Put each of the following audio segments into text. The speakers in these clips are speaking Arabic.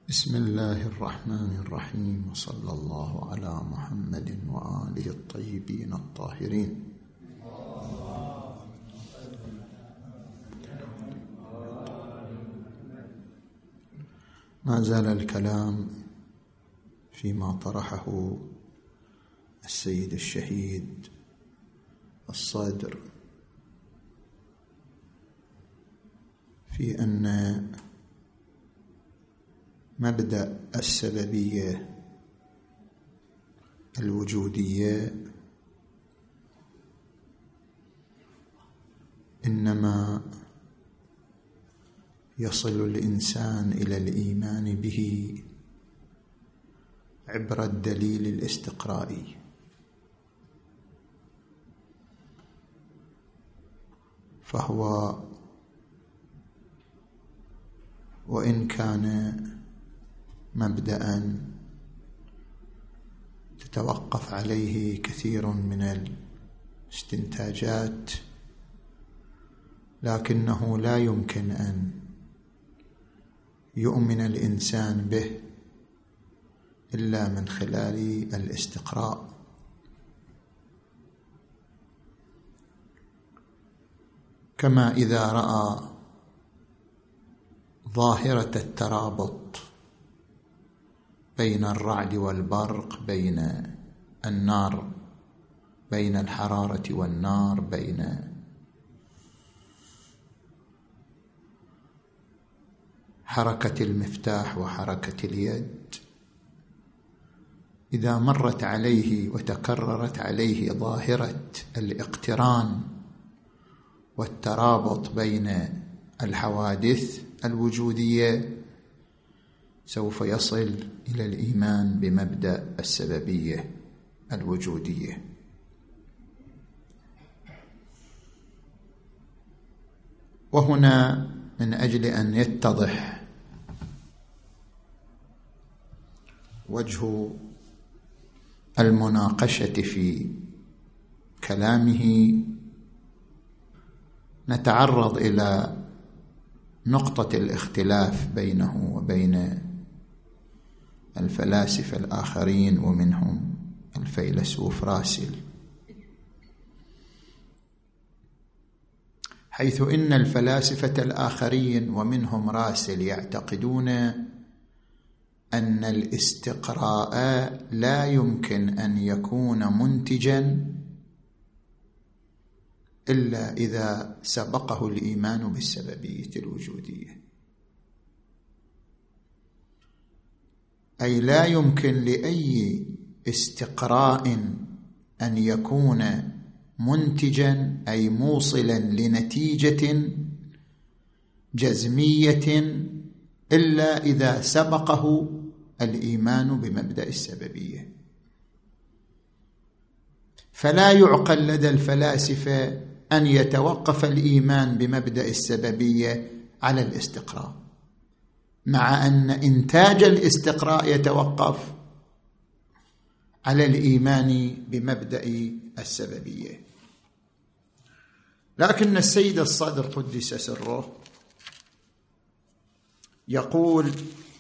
بسم الله الرحمن الرحيم، وصلى الله على محمد وآله الطيبين الطاهرين. ما زال الكلام فيما طرحه السيد الشهيد الصدر في أن مبدأ السببية الوجودية إنما يصل الإنسان إلى الإيمان به عبر الدليل الاستقرائي، فهو وإن كان مبدأ تتوقف عليه كثير من الاستنتاجات، لكنه لا يمكن أن يؤمن الإنسان به إلا من خلال الاستقراء. كما إذا رأى ظاهرة الترابط بين الرعد والبرق، بين النار، بين الحرارة والنار، بين حركة المفتاح وحركة اليد، إذا مرت عليه وتكررت عليه ظاهرة الاقتران والترابط بين الحوادث الوجودية، سوف يصل إلى الإيمان بمبدأ السببية الوجودية. وهنا من أجل أن يتضح وجه المناقشة في كلامه، نتعرض إلى نقطة الاختلاف بينه وبين الفلاسفة الآخرين، ومنهم الفيلسوف راسل، حيث إن الفلاسفة الآخرين ومنهم راسل يعتقدون أن الاستقراء لا يمكن أن يكون منتجا إلا إذا سبقه الإيمان بالسببية الوجودية، أي لا يمكن لأي استقراء أن يكون منتجا، أي موصلا لنتيجة جزمية، إلا إذا سبقه الإيمان بمبدأ السببية. فلا يعقل لدى الفلاسفة أن يتوقف الإيمان بمبدأ السببية على الاستقراء، مع أن إنتاج الاستقراء يتوقف على الإيمان بمبدأ السببية. لكن السيد الصدر قدس سره يقول: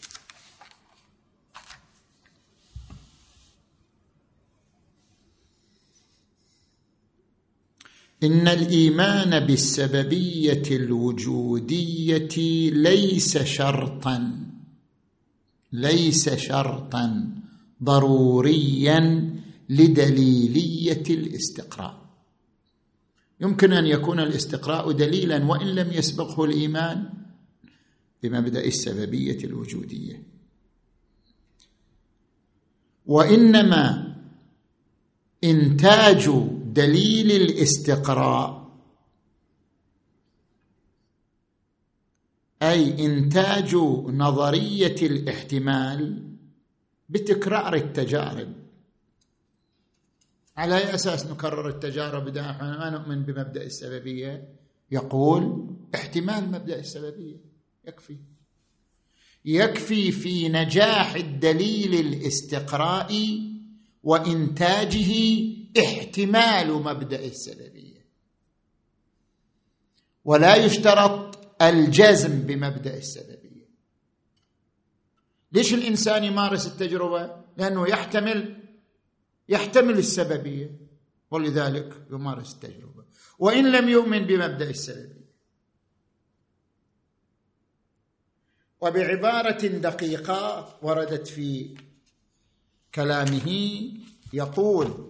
إن الإيمان بالسببية الوجودية ليس شرطا ضروريا لدليلية الاستقراء. يمكن أن يكون الاستقراء دليلا وإن لم يسبقه الإيمان بمبدأ السببية الوجودية، وإنما إنتاج دليل الاستقراء، أي إنتاج نظرية الاحتمال، بتكرار التجارب. على أي أساس نكرر التجارب إذا نحن ما نؤمن بمبدأ السببية؟ يقول: احتمال مبدأ السببية يكفي في نجاح الدليل الاستقرائي وإنتاجه احتمال مبدأ السببية، ولا يشترط الجزم بمبدأ السببية. ليش الإنسان يمارس التجربة؟ لأنه يحتمل السببية، ولذلك يمارس التجربة وإن لم يؤمن بمبدأ السببية. وبعبارة دقيقة وردت في كلامه يقول: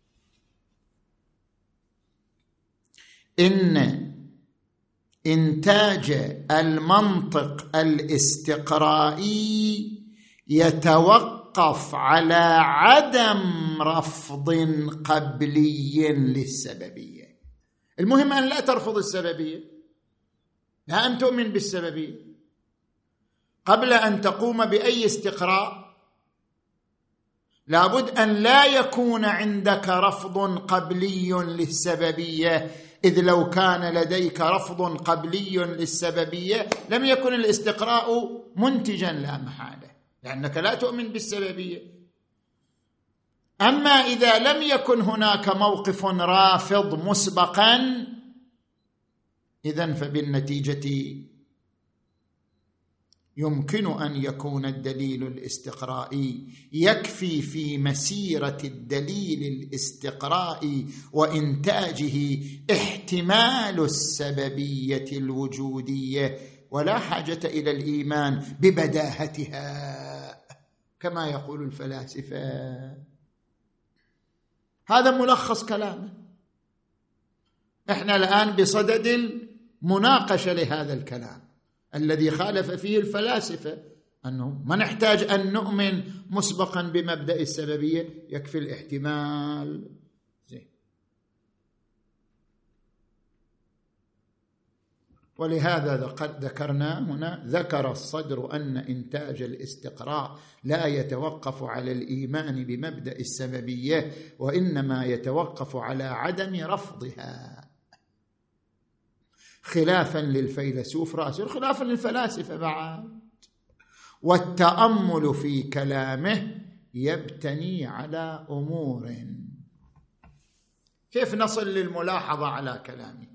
إن إنتاج المنطق الاستقرائي يتوقف على عدم رفض قبلي للسببية. المهم أن لا ترفض السببية، لا أن تؤمن بالسببية. قبل أن تقوم بأي استقراء لابد أن لا يكون عندك رفض قبلي للسببية، إذ لو كان لديك رفض قبلي للسببية لم يكن الاستقراء منتجا لا محالة، لأنك لا تؤمن بالسببية. أما إذا لم يكن هناك موقف رافض مسبقا، إذن فبالنتيجة يمكن أن يكون الدليل الاستقرائي يكفي في مسيرة الدليل الاستقرائي وإنتاجه احتمال السببية الوجودية، ولا حاجة إلى الإيمان ببداهتها كما يقول الفلاسفة. هذا ملخص كلامه. احنا الآن بصدد المناقشة لهذا الكلام الذي خالف فيه الفلاسفة، أنه ما نحتاج أن نؤمن مسبقا بمبدأ السببية، يكفي الاحتمال. ولهذا ذكرنا هنا، ذكر الصدر أن إنتاج الاستقراء لا يتوقف على الإيمان بمبدأ السببية، وإنما يتوقف على عدم رفضها، خلافا للفيلسوف راسل، خلافا للفلاسفة بعد. والتأمل في كلامه يبتني على أمور. كيف نصل للملاحظة على كلامه؟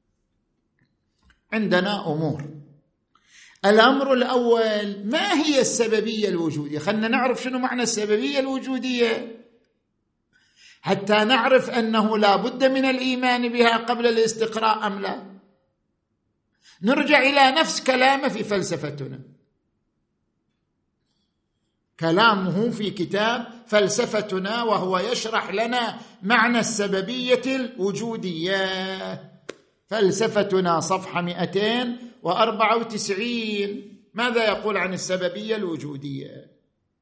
عندنا أمور. الأمر الأول: ما هي السببية الوجودية؟ خلنا نعرف شنو معنى السببية الوجودية حتى نعرف أنه لا بد من الإيمان بها قبل الاستقراء أم لا. نرجع إلى نفس كلامه في فلسفتنا، كلامه في كتاب فلسفتنا، وهو يشرح لنا معنى السببية الوجودية. فلسفتنا صفحة 294. ماذا يقول عن السببية الوجودية؟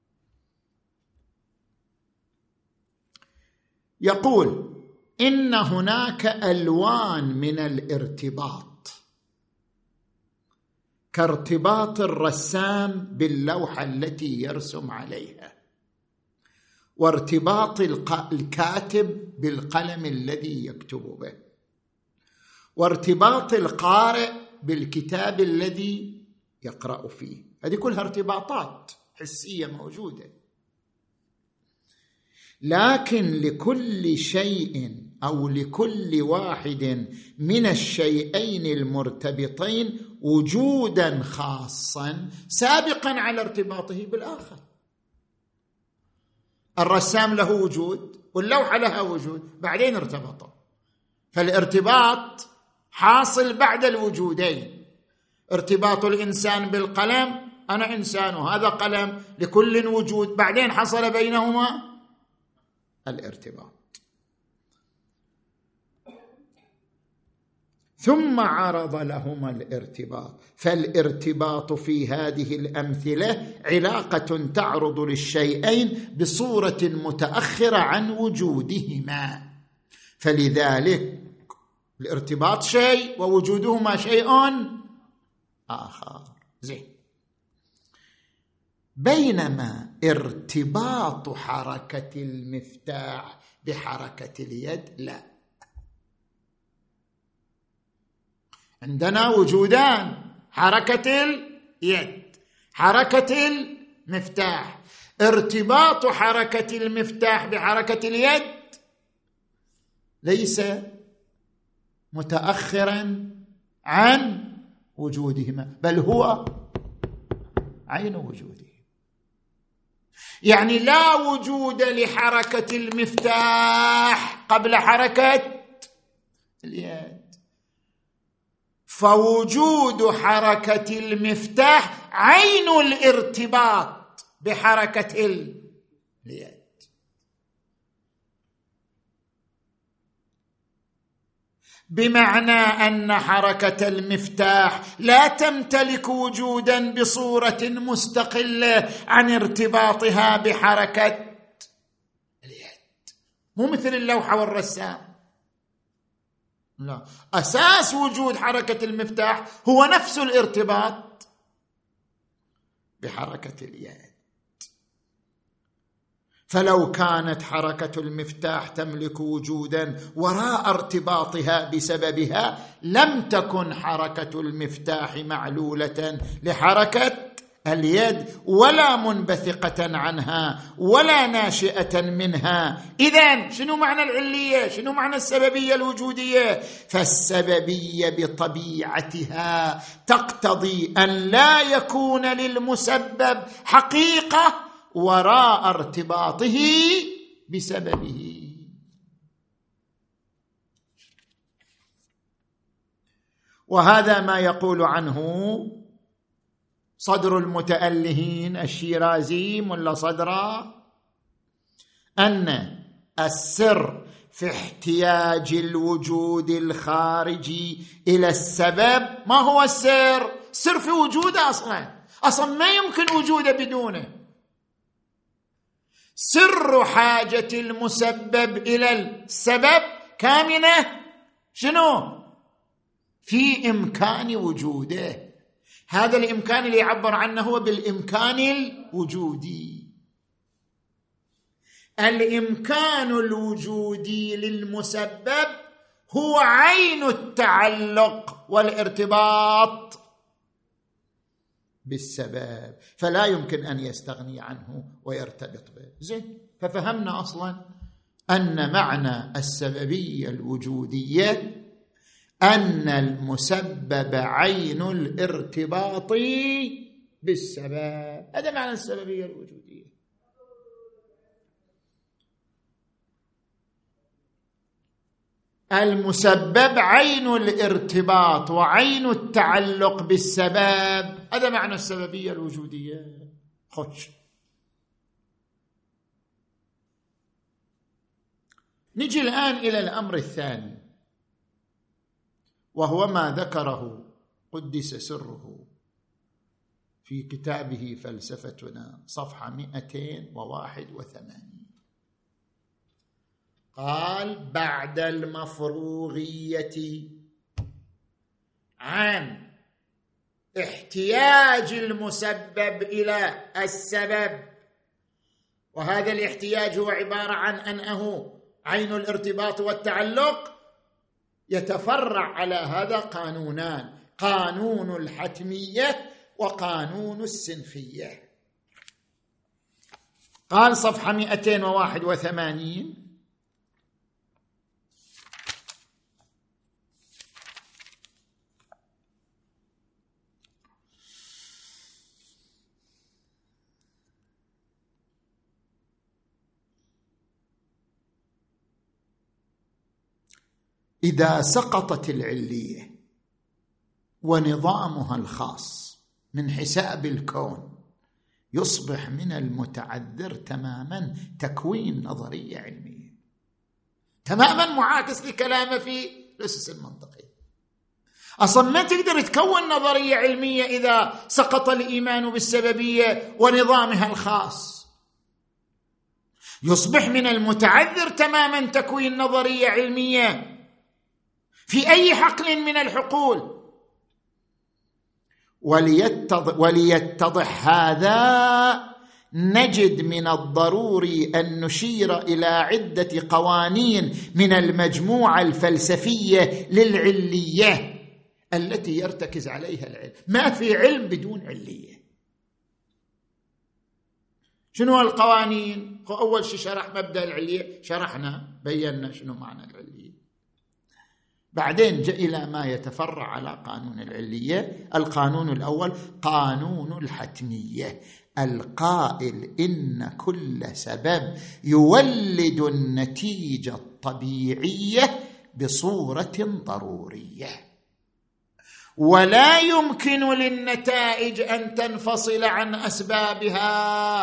يقول: إن هناك ألوان من الارتباط، كارتباط الرسام باللوحة التي يرسم عليها، وارتباط الكاتب بالقلم الذي يكتب به، وارتباط القارئ بالكتاب الذي يقرأ فيه. هذه كلها ارتباطات حسية موجودة. لكن لكل شيء أو لكل واحد من الشيئين المرتبطين وجودا خاصا سابقا على ارتباطه بالآخر. الرسام له وجود واللوحة لها وجود، بعدين ارتبطوا، فالارتباط حاصل بعد الوجودين. ارتباط الإنسان بالقلم، أنا إنسان وهذا قلم، لكل وجود، بعدين حصل بينهما الارتباط. ثم عرض لهما الارتباط، فالارتباط في هذه الأمثلة علاقة تعرض للشيئين بصورة متأخرة عن وجودهما، فلذلك الارتباط شيء ووجودهما شيء آخر. زين. بينما ارتباط حركة المفتاح بحركة اليد لا. عندنا وجودان: حركة اليد، حركة المفتاح. ارتباط حركة المفتاح بحركة اليد ليس متأخرا عن وجودهما، بل هو عين وجوده. يعني لا وجود لحركة المفتاح قبل حركة اليد، فوجود حركة المفتاح عين الارتباط بحركة اليد. بمعنى أن حركة المفتاح لا تمتلك وجودا بصورة مستقلة عن ارتباطها بحركة اليد، مو مثل اللوحة والرسام. لا، أساس وجود حركة المفتاح هو نفس الارتباط بحركة اليد. فلو كانت حركة المفتاح تملك وجودا وراء ارتباطها بسببها لم تكن حركة المفتاح معلولة لحركة اليد ولا منبثقة عنها ولا ناشئة منها. إذن شنو معنى العلية؟ شنو معنى السببية الوجودية؟ فالسببية بطبيعتها تقتضي أن لا يكون للمسبب حقيقة وراء ارتباطه بسببه. وهذا ما يقول عنه صدر المتألهين الشيرازي ملا صدرا، أن السر في احتياج الوجود الخارجي إلى السبب. ما هو السر؟ السر في وجوده أصلا ما يمكن وجوده بدونه. سر حاجة المسبب إلى السبب كامنة شنو؟ في إمكان وجوده. هذا الإمكان اللي يعبر عنه هو بالإمكان الوجودي. الإمكان الوجودي للمسبب هو عين التعلق والارتباط بالسبب، فلا يمكن أن يستغني عنه ويرتبط به. زين، ففهمنا أصلا أن معنى السببية الوجودية أن المسبب عين الارتباط بالسبب. هذا معنى السببية الوجودية. المسبب عين الارتباط وعين التعلق بالسبب، هذا معنى السببية الوجودية. خش نجي الآن إلى الأمر الثاني، وهو ما ذكره قدس سره في كتابه فلسفتنا صفحة 281. قال: بعد المفروغية عن احتياج المسبب إلى السبب، وهذا الاحتياج هو عبارة عن أنه عين الارتباط والتعلق، يتفرع على هذا قانونان: قانون الحتمية وقانون السنفية. قال صفحة 281: إذا سقطت العلية ونظامها الخاص من حساب الكون، يصبح من المتعذر تماما تكوين نظرية علمية، تماما معاكس لكلامه في الأسس المنطقية. أصلا ما تقدر تكون نظرية علمية إذا سقط الإيمان بالسببية ونظامها الخاص. يصبح من المتعذر تماما تكوين نظرية علمية في أي حقل من الحقول. وليتضح هذا، نجد من الضروري أن نشير إلى عدة قوانين من المجموعة الفلسفية للعلية التي يرتكز عليها العلم. ما في علم بدون علية. شنو القوانين؟ أول شيء شرح مبدأ العلية، شرحنا بينا شنو معنى العلية. بعدين جاء إلى ما يتفرع على قانون العلية. القانون الأول قانون الحتمية، القائل إن كل سبب يولد النتيجة الطبيعية بصورة ضرورية، ولا يمكن للنتائج أن تنفصل عن أسبابها.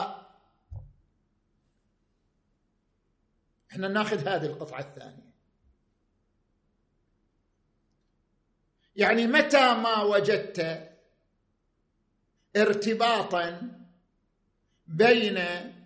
احنا ناخذ هذه القطعة الثانية، يعني متى ما وجدت ارتباطا بين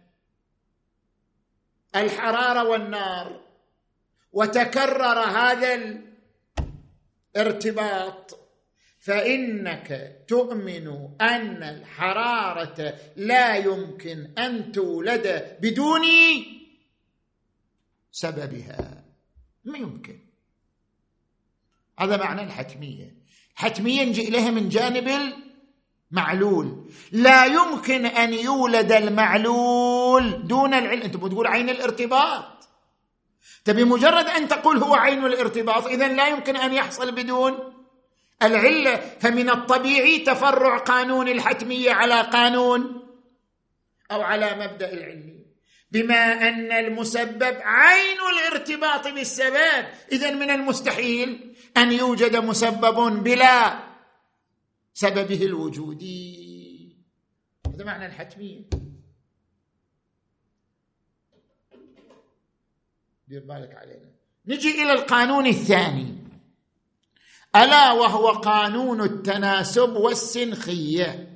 الحرارة والنار وتكرر هذا الارتباط، فإنك تؤمن أن الحرارة لا يمكن أن تولد بدون سببها، ما يمكن. هذا معنى الحتمية. حتمية نجي إليها من جانب المعلول، لا يمكن أن يولد المعلول دون العلة. أنت بتقول عين الارتباط، تبي مجرد أن تقول هو عين الارتباط، إذن لا يمكن أن يحصل بدون العلة. فمن الطبيعي تفرع قانون الحتمية على قانون أو على مبدأ العلة، بما أن المسبب عين الارتباط بالسبب، إذن من المستحيل أن يوجد مسبب بلا سببه الوجودي. هذا معنى الحتمية. دير بالك علينا. نجي إلى القانون الثاني، ألا وهو قانون التناسب والسنخية.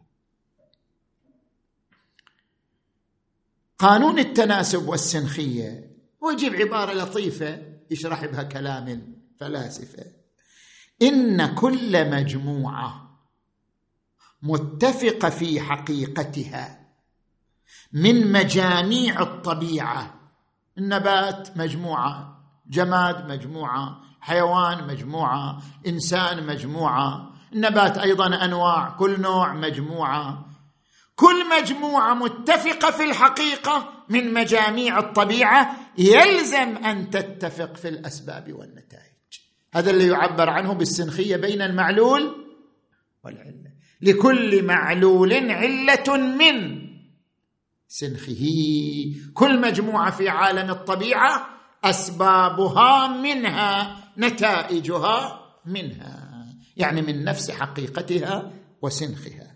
قانون التناسب والسنخية ويجيب عبارة لطيفة يشرح بها كلام الفلاسفة: إن كل مجموعة متفقة في حقيقتها من مجاميع الطبيعة، النبات مجموعة، جماد مجموعة، حيوان مجموعة، إنسان مجموعة، النبات أيضا أنواع، كل نوع مجموعة، كل مجموعة متفقة في الحقيقة من مجاميع الطبيعة يلزم أن تتفق في الأسباب والنتائج. هذا اللي يعبر عنه بالسنخية بين المعلول والعلة. لكل معلول علة من سنخه. كل مجموعة في عالم الطبيعة أسبابها منها، نتائجها منها، يعني من نفس حقيقتها وسنخها.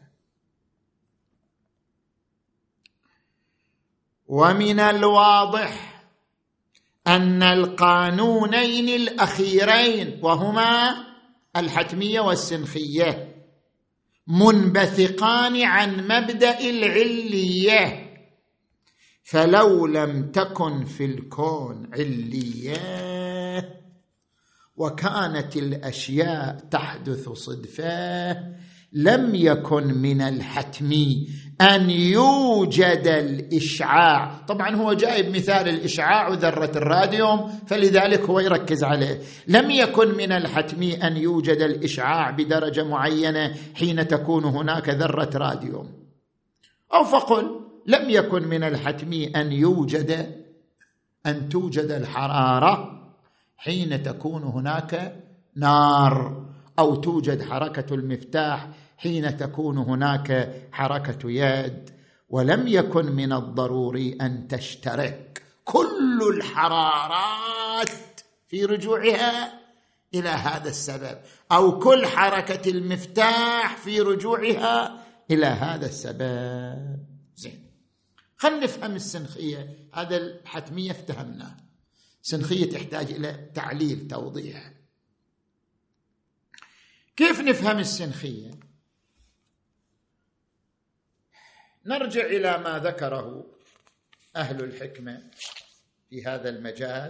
ومن الواضح أن القانونين الأخيرين وهما الحتمية والسنخية منبثقان عن مبدأ العلية، فلو لم تكن في الكون علية وكانت الأشياء تحدث صدفة لم يكن من الحتمي أن يوجد الإشعاع. طبعا هو جايب مثال الإشعاع وذرة الراديوم، فلذلك هو يركز عليه. لم يكن من الحتمي أن يوجد الإشعاع بدرجة معينة حين تكون هناك ذرة راديوم، أو فقل لم يكن من الحتمي أن توجد الحرارة حين تكون هناك نار، أو توجد حركة المفتاح حين تكون هناك حركة يد. ولم يكن من الضروري أن تشترك كل الحرارات في رجوعها إلى هذا السبب، أو كل حركة المفتاح في رجوعها إلى هذا السبب. زين، خلينا نفهم السنخية. هذا الحتمية افتهمناه، السنخية تحتاج إلى تعليل توضيح. كيف نفهم السنخية؟ نرجع إلى ما ذكره أهل الحكمة في هذا المجال.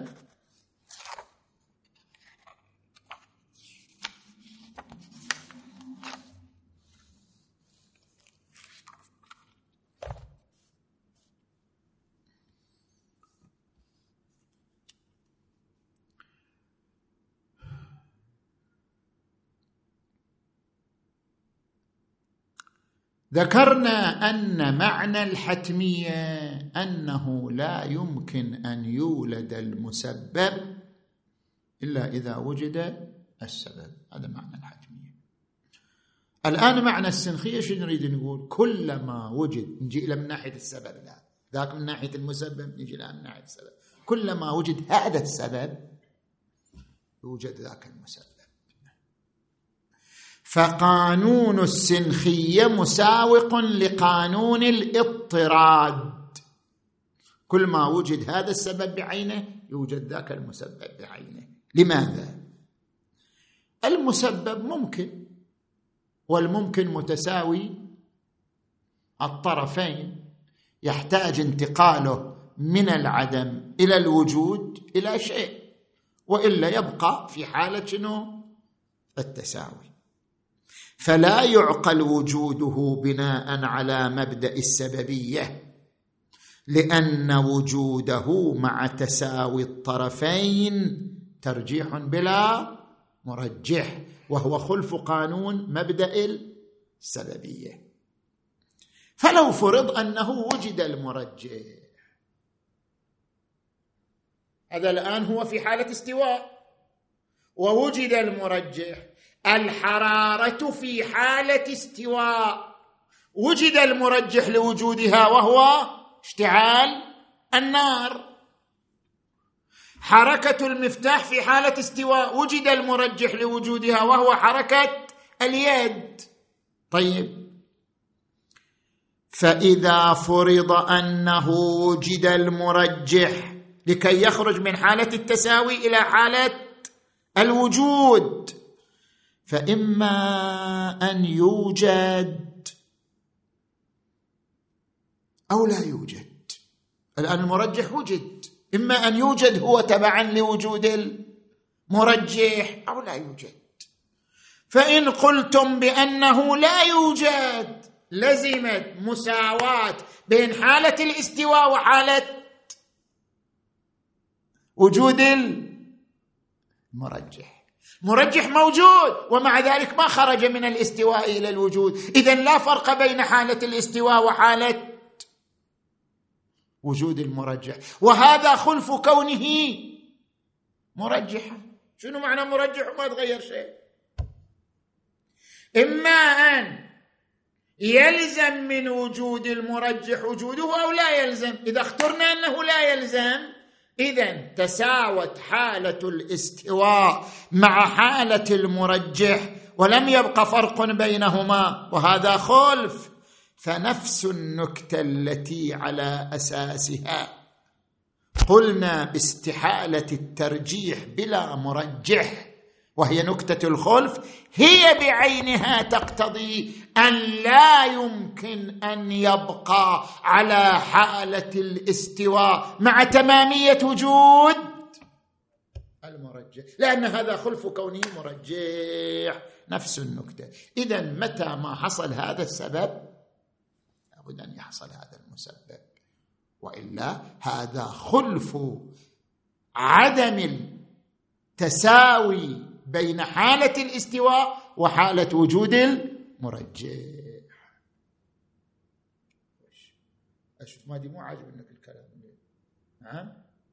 ذكرنا أن معنى الحتمية أنه لا يمكن أن يولد المسبب إلا إذا وجد السبب. هذا معنى الحتمية. الآن معنى السنخية شو نريد نقول؟ كلما وجد، نجي إلى من ناحية السبب، لا ذاك من ناحية المسبب، نجي إلى من ناحية السبب. كلما وجد هذا السبب يوجد ذاك المسبب. فقانون السنخية مساوق لقانون الاضطراد، كل ما وجد هذا السبب بعينه يوجد ذاك المسبب بعينه. لماذا؟ المسبب ممكن، والممكن متساوي الطرفين، يحتاج انتقاله من العدم إلى الوجود إلى شيء، وإلا يبقى في حالة شنو؟ التساوي. فلا يعقل وجوده بناء على مبدأ السببية، لأن وجوده مع تساوي الطرفين ترجيح بلا مرجح، وهو خلف قانون مبدأ السببية. فلو فرض أنه وجد المرجح، هذا الآن هو في حالة استواء، ووجد المرجح، الحرارة في حالة استواء، وجد المرجح لوجودها وهو اشتعال النار. حركة المفتاح في حالة استواء، وجد المرجح لوجودها وهو حركة اليد. طيب، فإذا فرض أنه وجد المرجح لكي يخرج من حالة التساوي إلى حالة الوجود، فإما أن يوجد أو لا يوجد. الآن المرجح وجد، إما أن يوجد هو تبعا لوجود المرجح أو لا يوجد. فإن قلتم بأنه لا يوجد، لزمت مساواة بين حالة الاستواء وحالة وجود المرجح. مرجح موجود ومع ذلك ما خرج من الاستواء إلى الوجود، إذن لا فرق بين حالة الاستواء وحالة وجود المرجح، وهذا خلف كونه مرجحا. شنو معنى مرجح وما تغير شيء؟ إما أن يلزم من وجود المرجح وجوده أو لا يلزم. إذا اخترنا أنه لا يلزم، إذن تساوت حالة الاستواء مع حالة المرجح ولم يبقى فرق بينهما، وهذا خلف. فنفس النكتة التي على أساسها قلنا باستحالة الترجيح بلا مرجح، وهي نكتة الخلف، هي بعينها تقتضي أن لا يمكن أن يبقى على حالة الاستواء مع تمامية وجود المرجح، لأن هذا خلف كونه مرجح. نفس النكتة. إذن متى ما حصل هذا السبب لابد أن يحصل هذا المسبب، وإلا هذا خلف عدم التساوي بين حالة الاستواء وحالة وجود المرجح. أشوف ما دي مو عاجبنك الكلام. نعم،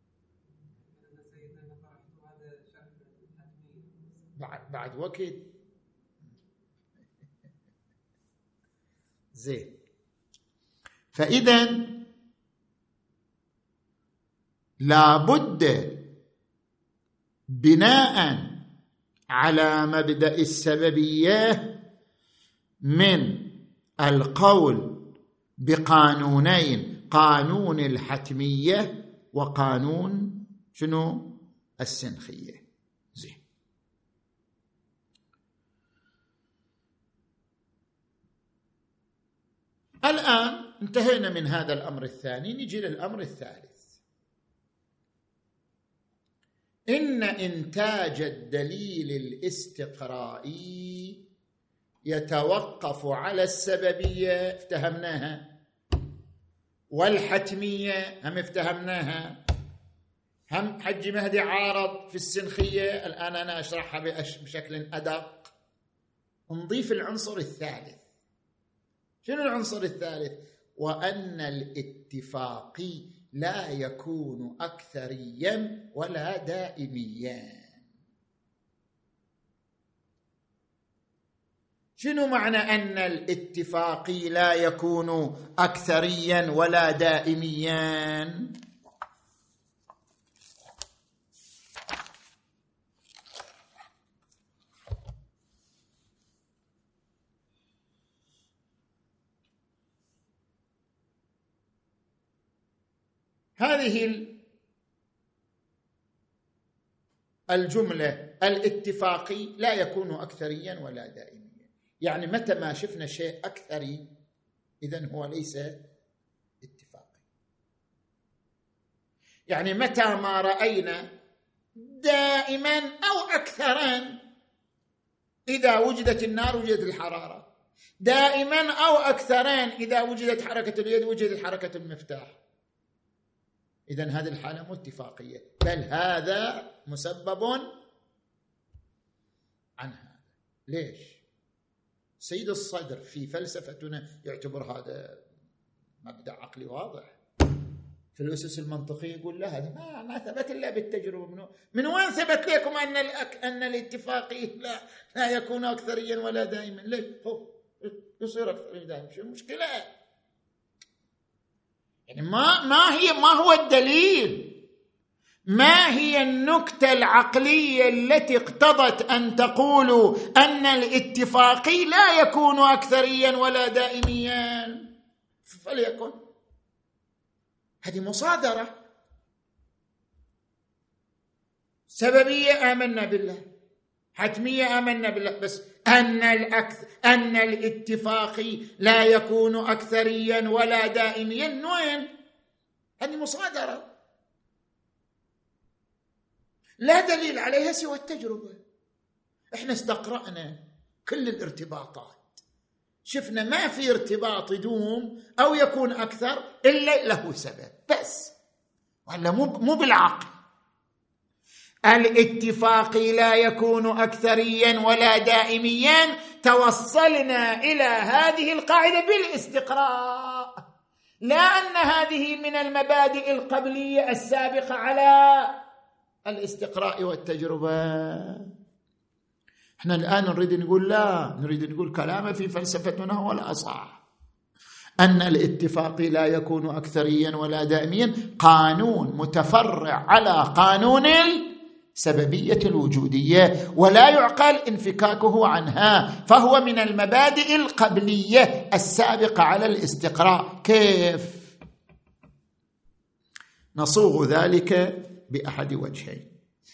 بعد وقت زين. فإذن لابد بناء على مبدأ السببية من القول بقانونين، قانون الحتمية وقانون شنو؟ السنخية. زين. الآن انتهينا من هذا الأمر الثاني، نجي للأمر الثالث. إن إنتاج الدليل الاستقرائي يتوقف على السببية، افتهمناها، والحتمية هم افتهمناها. هم حج مهدي عارض في السنخية، الآن أنا أشرحها بشكل أدق. نضيف العنصر الثالث. شنو العنصر الثالث؟ وأن الاتفاقي لا يكون أكثريا ولا دائميا. شنو معنى أن الاتفاقي لا يكون أكثريا ولا دائميا؟ هذه الجملة الاتفاقي لا يكون أكثريا ولا دائميا، يعني متى ما شفنا شيء أكثري إذن هو ليس اتفاقي. يعني متى ما رأينا دائما أو أكثرا، إذا وجدت النار وجدت الحرارة، دائما أو أكثرا إذا وجدت حركة اليد وجدت حركة المفتاح، إذن هذه الحالة مو اتفاقية، بل هذا مسبب عن هذا. ليش؟ سيد الصدر في فلسفتنا يعتبر هذا مبدأ عقلي واضح، في الأسس المنطقية يقول لا، هذا ما ثبت إلا بالتجربة. من وين ثبت لكم أن الاتفاقي لا يكون أكثريا ولا دائما؟ ليش هو يصير أكثريا دائما؟ شو المشكلة؟ يعني ما هو الدليل؟ ما هي النكتة العقلية التي اقتضت أن تقولوا أن الاتفاقي لا يكون أكثريا ولا دائميا؟ فليكن. هذه مصادرة سببية آمنا بالله، حتمية آمنا بالله، بس أن الاتفاقي لا يكون أكثريا ولا دائميا وين؟ هذه مصادرة لا دليل عليها سوى التجربة. احنا استقرأنا كل الارتباطات، شفنا ما في ارتباط يدوم أو يكون أكثر إلا له سبب بس، ولا مو بالعقل. الاتفاقي لا يكون أكثريا ولا دائميا، توصلنا إلى هذه القاعدة بالاستقراء، لا أن هذه من المبادئ القبلية السابقة على الاستقراء والتجربة. احنا الآن نريد نقول لا، نريد نقول كلام في فلسفتنا هو الأصح، أن الاتفاقي لا يكون أكثريا ولا دائميا قانون متفرع على قانون السببية الوجودية، ولا يعقل انفكاكه عنها، فهو من المبادئ القبلية السابقة على الاستقراء. كيف نصوغ ذلك؟ بأحد وجهين.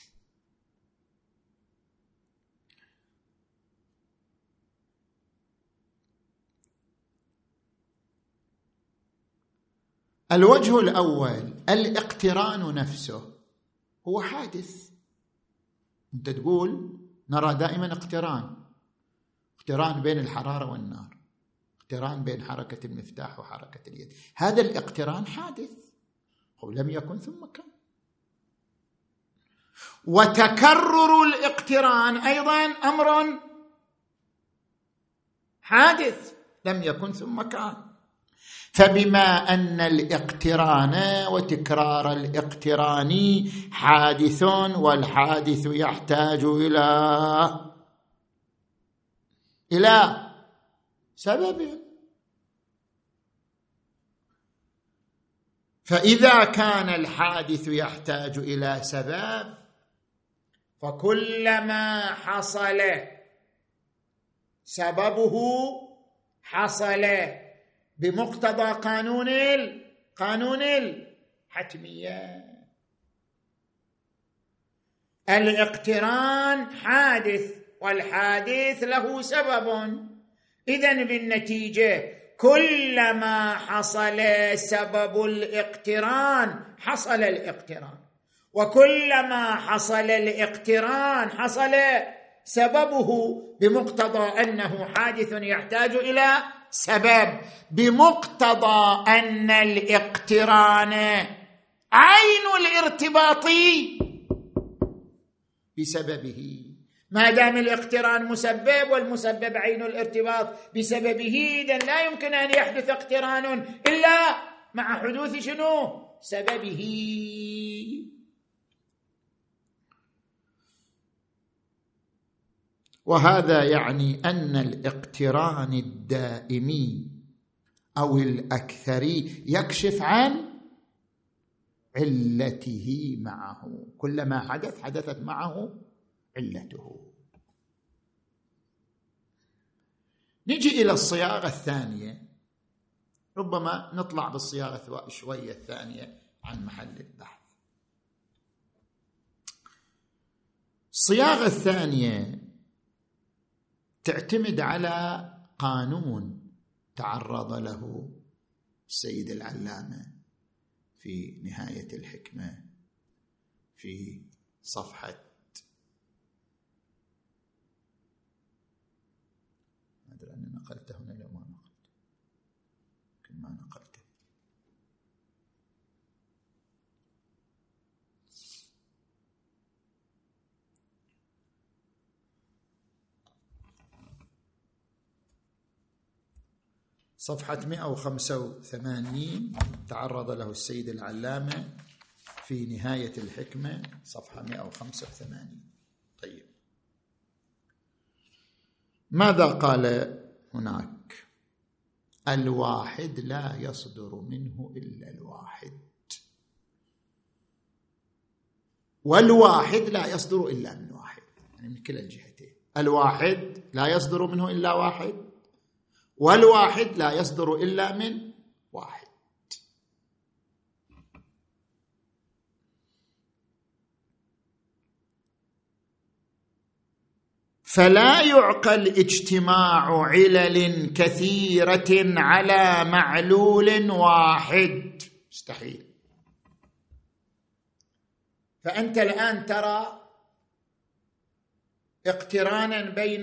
الوجه الأول، الاقتران نفسه هو حادث. أنت تقول نرى دائما اقتران بين الحرارة والنار، اقتران بين حركة المفتاح وحركة اليد، هذا الاقتران حادث، هو لم يكن ثم كان. وتكرر الاقتران أيضا أمر حادث، لم يكن ثم كان. فبما أن الاقتران وتكرار الاقتران حادث، والحادث يحتاج إلى سبب، فإذا كان الحادث يحتاج إلى سبب، فكلما حصل سببه حصل بمقتضى قانون الحتمية. الاقتران حادث، والحادث له سبب، إذن بالنتيجة كلما حصل سبب الاقتران حصل الاقتران، وكلما حصل الاقتران حصل سببه، بمقتضى أنه حادث يحتاج إلى سبب، بمقتضى أن الاقتران عين الارتباط بسببه. ما دام الاقتران مسبب والمسبب عين الارتباط بسببه، إذن لا يمكن أن يحدث اقتران إلا مع حدوث شنو؟ سببه. وهذا يعني أن الاقتران الدائمي أو الأكثري يكشف عن علته معه، كلما حدثت معه علته. نجي إلى الصياغة الثانية، ربما نطلع بالصياغة شوية الثانية عن محل البحث. الصياغة الثانية تعتمد على قانون تعرض له السيد العلامة في نهاية الحكمة في صفحة، ما أدري أنا نقلته هنا لو ما نقلته، يمكن ما نقلته. صفحة 185 تعرض له السيد العلامة في نهاية الحكمة، صفحة 185. طيب، ماذا قال هناك؟ الواحد لا يصدر منه إلا الواحد، والواحد لا يصدر إلا من واحد، يعني من كلا الجهتين. الواحد لا يصدر منه إلا واحد، والواحد لا يصدر إلا من واحد. فلا يعقل اجتماع علل كثيرة على معلول واحد، مستحيل. فأنت الآن ترى اقترانا بين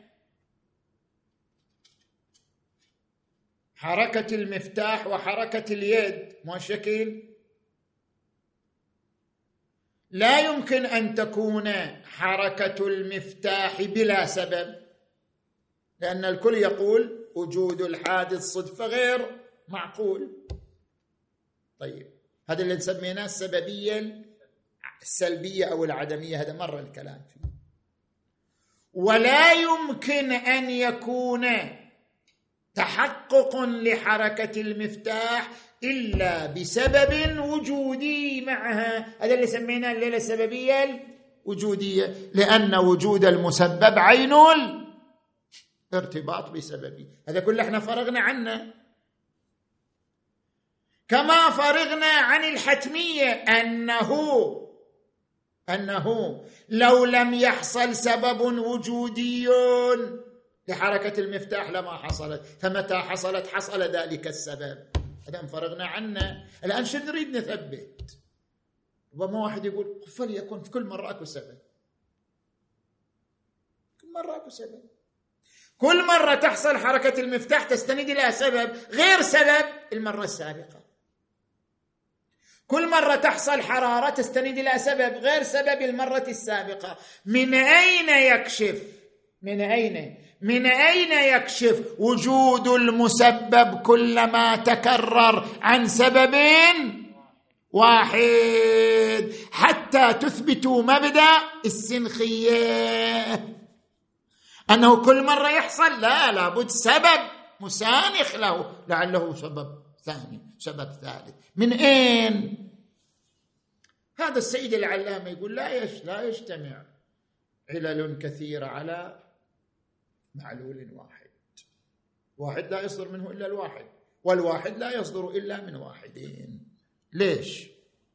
حركة المفتاح وحركة اليد، ما شكل؟ لا يمكن أن تكون حركة المفتاح بلا سبب، لأن الكل يقول وجود الحادث صدفة غير معقول. طيب، هذا اللي نسميناه السببية السلبية أو العدمية، هذا مرة الكلام فيه. ولا يمكن أن يكون تحقق لحركة المفتاح إلا بسبب وجودي معها، هذا اللي سميناه الليلة السببية الوجودية، لأن وجود المسبب عين الارتباط بسببه. هذا كله احنا فرغنا عنه، كما فرغنا عن الحتمية أنه لو لم يحصل سبب وجودي لحركة المفتاح لما حصلت، فمتى حصلت حصل ذلك السبب، هذا انفرغنا عنه. الآن شو نريد نثبت؟ ربما واحد يقول فليكن في كل مرة أكو سبب، كل مرة أكو سبب، كل مرة تحصل حركة المفتاح تستند إلى سبب غير سبب المرة السابقة، كل مرة تحصل حرارة تستند إلى سبب غير سبب المرة السابقة. من أين يكشف وجود المسبب كلما تكرر عن سبب واحد حتى تثبتوا مبدأ السنخية، أنه كل مرة يحصل لابد سبب مسانخ له، لعله سبب ثاني سبب ثالث. من أين؟ هذا السيد العلامة يقول لا يجتمع علل كثيرة على معلول واحد لا يصدر منه إلا الواحد، والواحد لا يصدر إلا من واحدين. ليش؟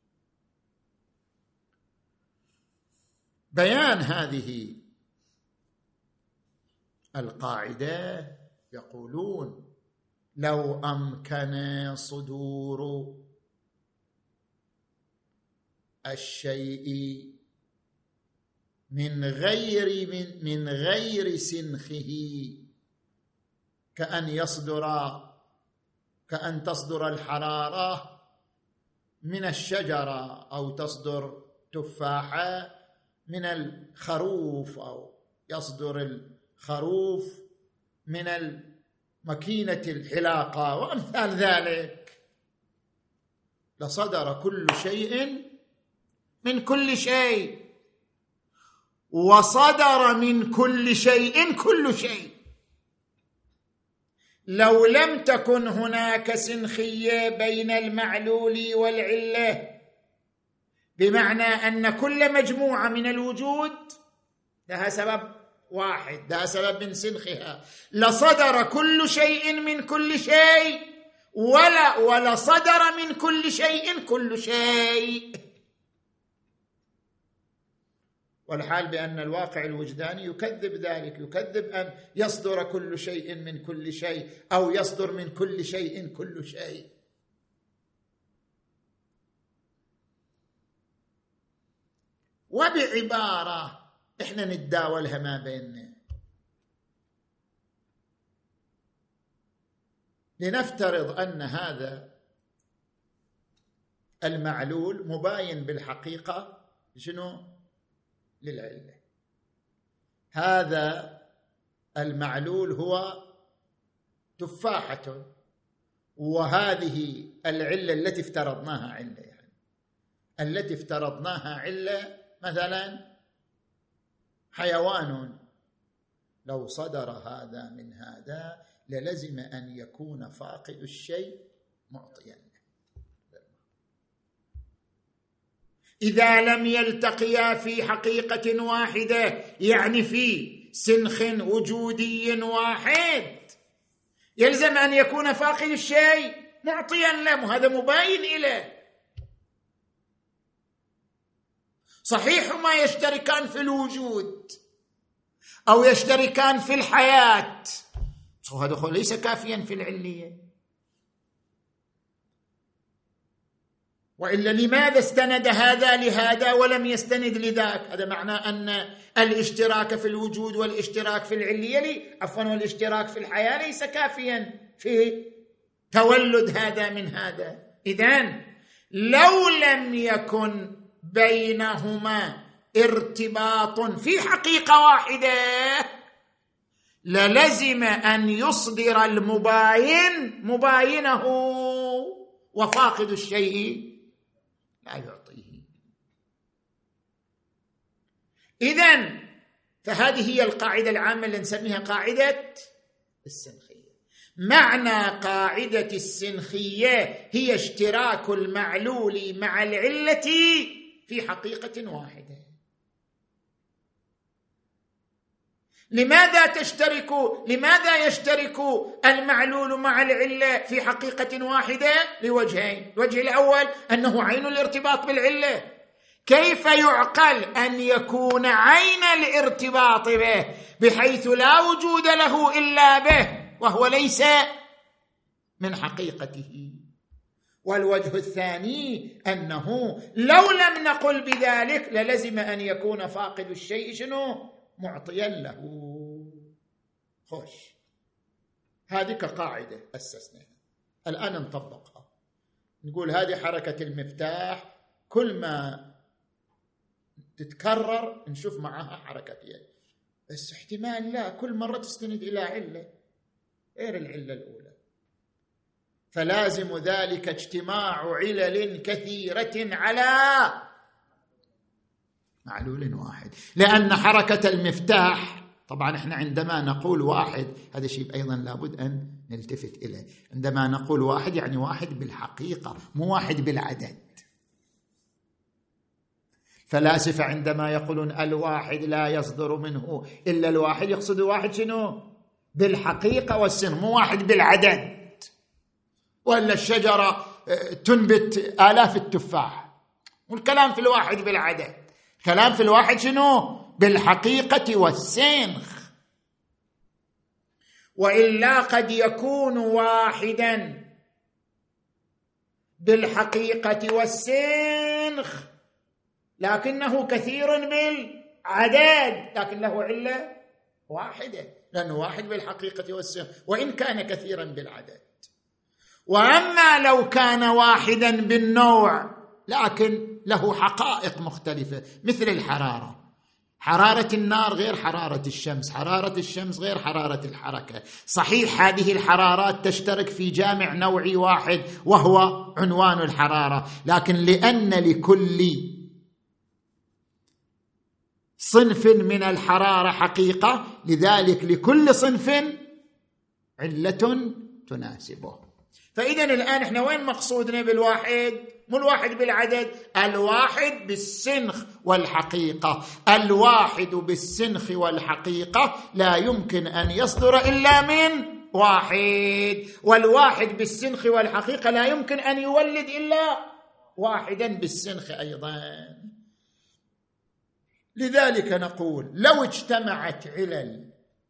بيان هذه القاعدة يقولون لو أمكن صدور الشيء من غير سنخه، كأن تصدر الحرارة من الشجرة، أو تصدر تفاحة من الخروف، أو يصدر الخروف من ماكينة الحلاقة وأمثال ذلك، لصدر كل شيء من كل شيء. وصدر من كل شيء كل شيء. لو لم تكن هناك سنخية بين المعلول والعلة، بمعنى أن كل مجموعة من الوجود لها سبب واحد، لها سبب من سنخها، لصدر كل شيء من كل شيء، ولا صدر من كل شيء كل شيء. والحال بأن الواقع الوجداني يكذب ذلك، يكذب أن يصدر كل شيء من كل شيء أو يصدر من كل شيء كل شيء. وبعبارة إحنا نتداولها ما بيننا، لنفترض أن هذا المعلول مباين بالحقيقة شنو؟ للعلة. هذا المعلول هو تفاحة، وهذه العلة التي افترضناها علة، يعني التي افترضناها علة مثلا حيوان، لو صدر هذا من هذا للزم أن يكون فاقد الشيء معطيا له. إذا لم يلتقيا في حقيقة واحدة، يعني في سنخ وجودي واحد، يلزم أن يكون فاقد الشيء معطيا له، وهذا مباين إليه. صحيح ما يشتركان في الوجود أو يشتركان في الحياة، هذا ليس كافيا في العلية. وإلا لماذا استند هذا لهذا ولم يستند لذاك؟ هذا معنى أن الاشتراك في الوجود والاشتراك في العلية والاشتراك في الحياة ليس كافيا في تولد هذا من هذا. إذن لو لم يكن بينهما ارتباط في حقيقة واحدة للزم أن يصدر المباين مباينه، وفاقد الشيء لا يعطيه. إذن فهذه هي القاعدة العامة اللي نسميها قاعدة السنخية. معنى قاعدة السنخية هي اشتراك المعلول مع العلة في حقيقة واحدة. لماذا يشترك المعلول مع العلة في حقيقة واحدة؟ لوجهين. الوجه الأول أنه عين الارتباط بالعلة. كيف يعقل أن يكون عين الارتباط به بحيث لا وجود له إلا به وهو ليس من حقيقته؟ والوجه الثاني أنه لو لم نقل بذلك للزم أن يكون فاقد الشيء شنو؟ معطيا له. خوش، هذه كقاعدة أسسناها، الآن نطبقها. نقول هذه حركة المفتاح، كل ما تتكرر نشوف معها حركتين، بس احتمال لا كل مرة تستند إلى علة غير العلة الأولى، فلازم ذلك اجتماع علل كثيرة على معلول واحد. لأن حركة المفتاح، طبعا احنا عندما نقول واحد هذا شيء أيضا لابد أن نلتفت إليه، عندما نقول واحد يعني واحد بالحقيقة، مو واحد بالعدد. فلاسفة عندما يقولون الواحد لا يصدر منه إلا الواحد، يقصد واحد شنو؟ بالحقيقة والسن، مو واحد بالعدد. ولا الشجرة تنبت آلاف التفاح، والكلام في الواحد بالعدد، كلام في الواحد شنو؟ بالحقيقة والسنخ. وإلا قد يكون واحدا بالحقيقة والسنخ لكنه كثير بالعدد، لكن له علة واحدة، لأنه واحد بالحقيقة والسنخ وإن كان كثيرا بالعدد. وأما لو كان واحدا بالنوع لكن له حقائق مختلفة، مثل الحرارة، حرارة النار غير حرارة الشمس، حرارة الشمس غير حرارة الحركة. صحيح هذه الحرارات تشترك في جامع نوعي واحد وهو عنوان الحرارة، لكن لأن لكل صنف من الحرارة حقيقة، لذلك لكل صنف علة تناسبه. فإذا الآن احنا وين مقصودنا بالواحد؟ مو الواحد بالعدد، الواحد بالسنخ والحقيقة. الواحد بالسنخ والحقيقة لا يمكن أن يصدر إلا من واحد، والواحد بالسنخ والحقيقة لا يمكن أن يولد إلا واحدا بالسنخ أيضا. لذلك نقول لو اجتمعت علل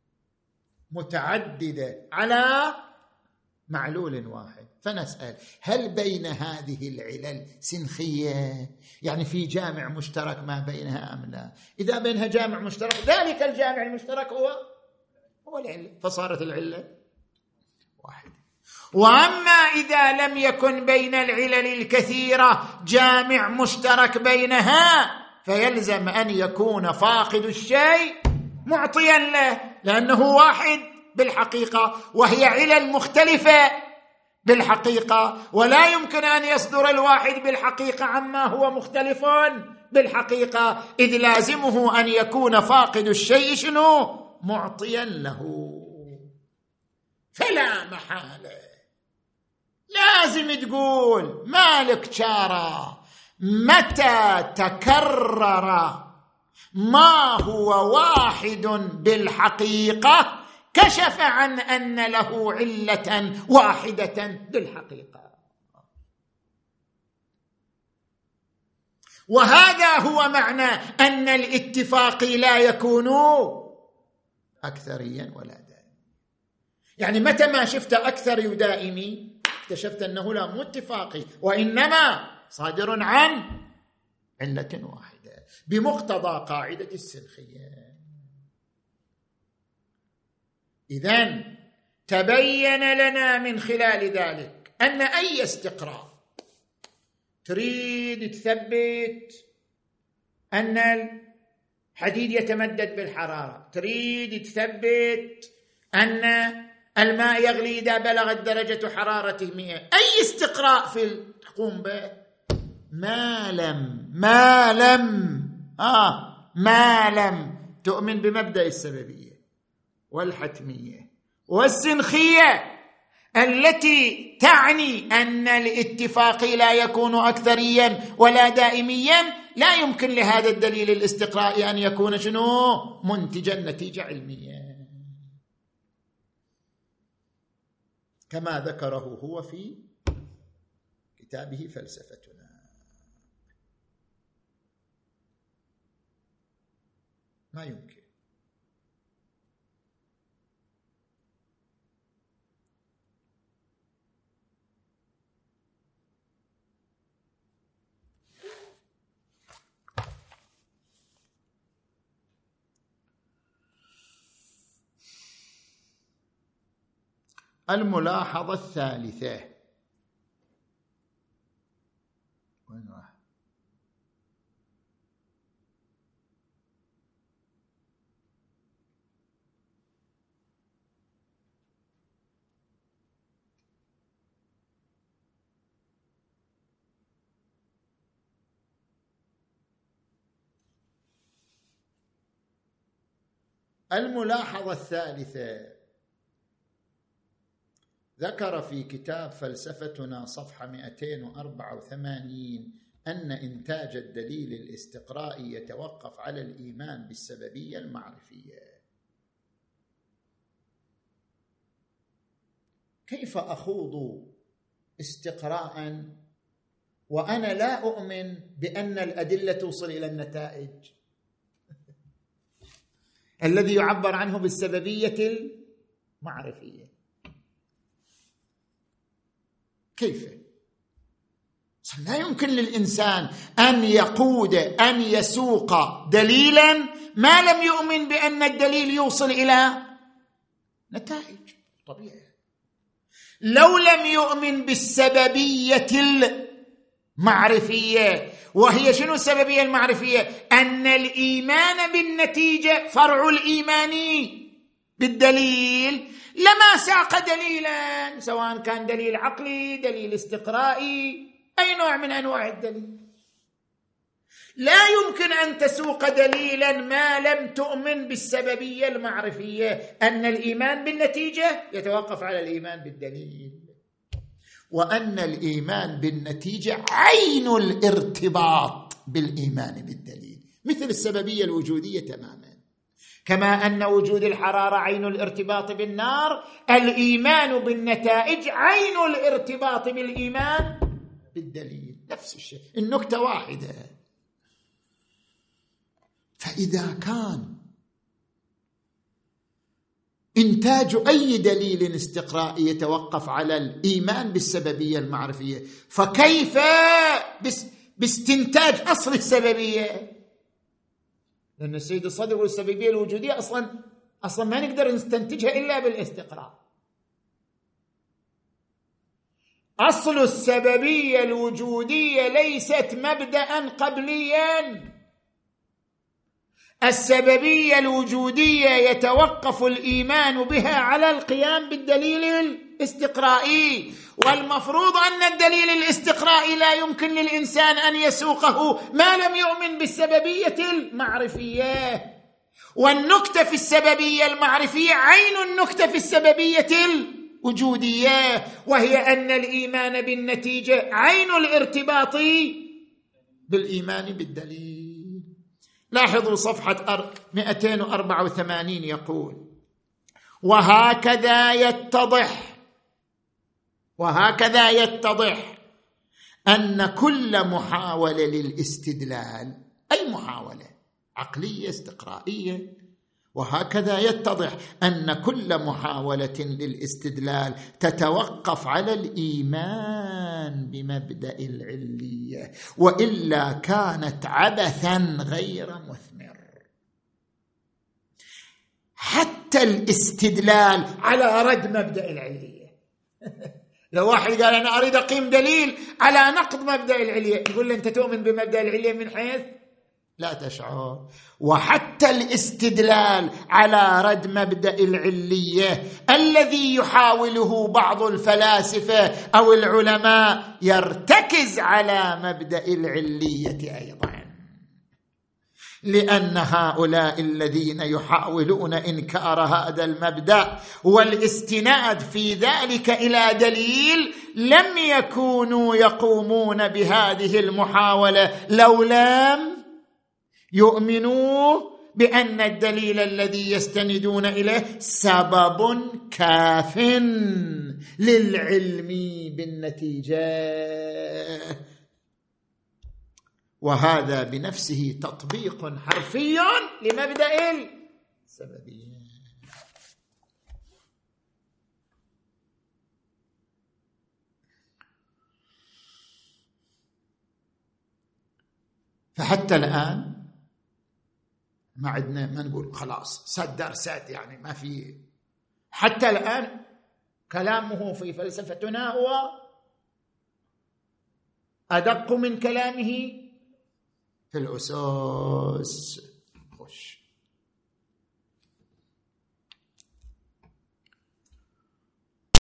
متعددة على معلول واحد، فنسأل هل بين هذه العلل سنخية؟ يعني في جامع مشترك ما بينها أم لا؟ إذا بينها جامع مشترك، ذلك الجامع المشترك هو العلة، فصارت العلة واحدة. وأما إذا لم يكن بين العلل الكثيرة جامع مشترك بينها، فيلزم أن يكون فاقد الشيء معطيا له، لأنه واحد بالحقيقة وهي علل مختلفة بالحقيقة، ولا يمكن أن يصدر الواحد بالحقيقة عما هو مختلف بالحقيقة، إذ لازمه أن يكون فاقد الشيء شنو؟ معطيا له. فلا محالة لازم تقول مالك شارع متى تكرر ما هو واحد بالحقيقة كشف عن أن له علة واحدة بالحقيقة. وهذا هو معنى أن الاتفاق لا يكون أكثريا ولا دائما. يعني متى ما شفت أكثر يدائمي اكتشفت أنه لا مو اتفاقي، وإنما صادر عن علة واحدة بمقتضى قاعدة السنخية. إذن تبين لنا من خلال ذلك أن أي استقراء تريد تثبت أن الحديد يتمدد بالحرارة، تريد تثبت أن الماء يغلي إذا بلغت درجة حرارته 100، أي استقراء في تقوم به ما لم تؤمن بمبدأ السببية والحتمية والسنخية التي تعني أن الاتفاق لا يكون أكثريا ولا دائميا، لا يمكن لهذا الدليل الاستقراء أن يكون شنو؟ منتجا نتيجة علمية، كما ذكره هو في كتابه فلسفتنا. ما يمكن. الملاحظة الثالثة، وين راح؟ الملاحظة الثالثة ذكر في كتاب فلسفتنا صفحة 284 أن إنتاج الدليل الاستقرائي يتوقف على الإيمان بالسببية المعرفية. كيف أخوض استقراء وأنا لا أؤمن بأن الأدلة توصل إلى النتائج الذي يعبر عنه بالسببية المعرفية؟ كيف؟ لا يمكن للإنسان أن يقود أن يسوق دليلا ما لم يؤمن بأن الدليل يوصل إلى نتائج طبيعية. لو لم يؤمن بالسببية المعرفية، وهي شنو السببية المعرفية؟ أن الإيمان بالنتيجة فرع الإيمان بالدليل، لما ساق دليلا سواء كان دليل عقلي دليل استقرائي أي نوع من أنواع الدليل. لا يمكن أن تسوق دليلا ما لم تؤمن بالسببية المعرفية، أن الإيمان بالنتيجة يتوقف على الإيمان بالدليل، وأن الإيمان بالنتيجة عين الارتباط بالإيمان بالدليل، مثل السببية الوجودية تماما. كما أن وجود الحرارة عين الارتباط بالنار، الإيمان بالنتائج عين الارتباط بالإيمان بالدليل، نفس الشيء، النكتة واحدة. فإذا كان إنتاج أي دليل استقرائي يتوقف على الإيمان بالسببية المعرفية، فكيف باستنتاج أصل السببية؟ لأن السيد الصدر والسببية الوجودية أصلا ما نقدر نستنتجها إلا بالاستقراء. أصل السببية الوجودية ليست مبدأ قبليا. السببية الوجودية يتوقف الإيمان بها على القيام بالدليل الاستقرائي، والمفروض أن الدليل الاستقرائي لا يمكن للإنسان أن يسوقه ما لم يؤمن بالسببية المعرفية. والنكتة في السببية المعرفية عين النكتة في السببية الوجودية، وهي أن الإيمان بالنتيجة عين الارتباط بالإيمان بالدليل. لاحظوا صفحة 284 يقول: وهكذا يتضح أن كل محاولة للاستدلال، أي محاولة عقلية استقرائية، وهكذا يتضح أن كل محاولة للاستدلال تتوقف على الإيمان بمبدأ العلية، وإلا كانت عبثا غير مثمر. حتى الاستدلال على رد مبدأ العلية. لو واحد قال أنا أريد أقيم دليل على نقض مبدأ العلية، يقول له أنت تؤمن بمبدأ العلية من حيث لا تشعر. وحتى الاستدلال على رد مبدأ العلية الذي يحاوله بعض الفلاسفة أو العلماء يرتكز على مبدأ العلية أيضا، لأن هؤلاء الذين يحاولون إنكار هذا المبدأ والاستناد في ذلك إلى دليل لم يكونوا يقومون بهذه المحاولة لو لم يؤمنوا بأن الدليل الذي يستندون إليه سبب كاف للعلم بالنتيجة. وهذا بنفسه تطبيق حرفي لمبدأ السببية. فحتى الآن ما عندنا، ما نقول خلاص صدر سد، يعني ما في. حتى الآن كلامه في فلسفتنا هو أدق من كلامه في الأسس. خش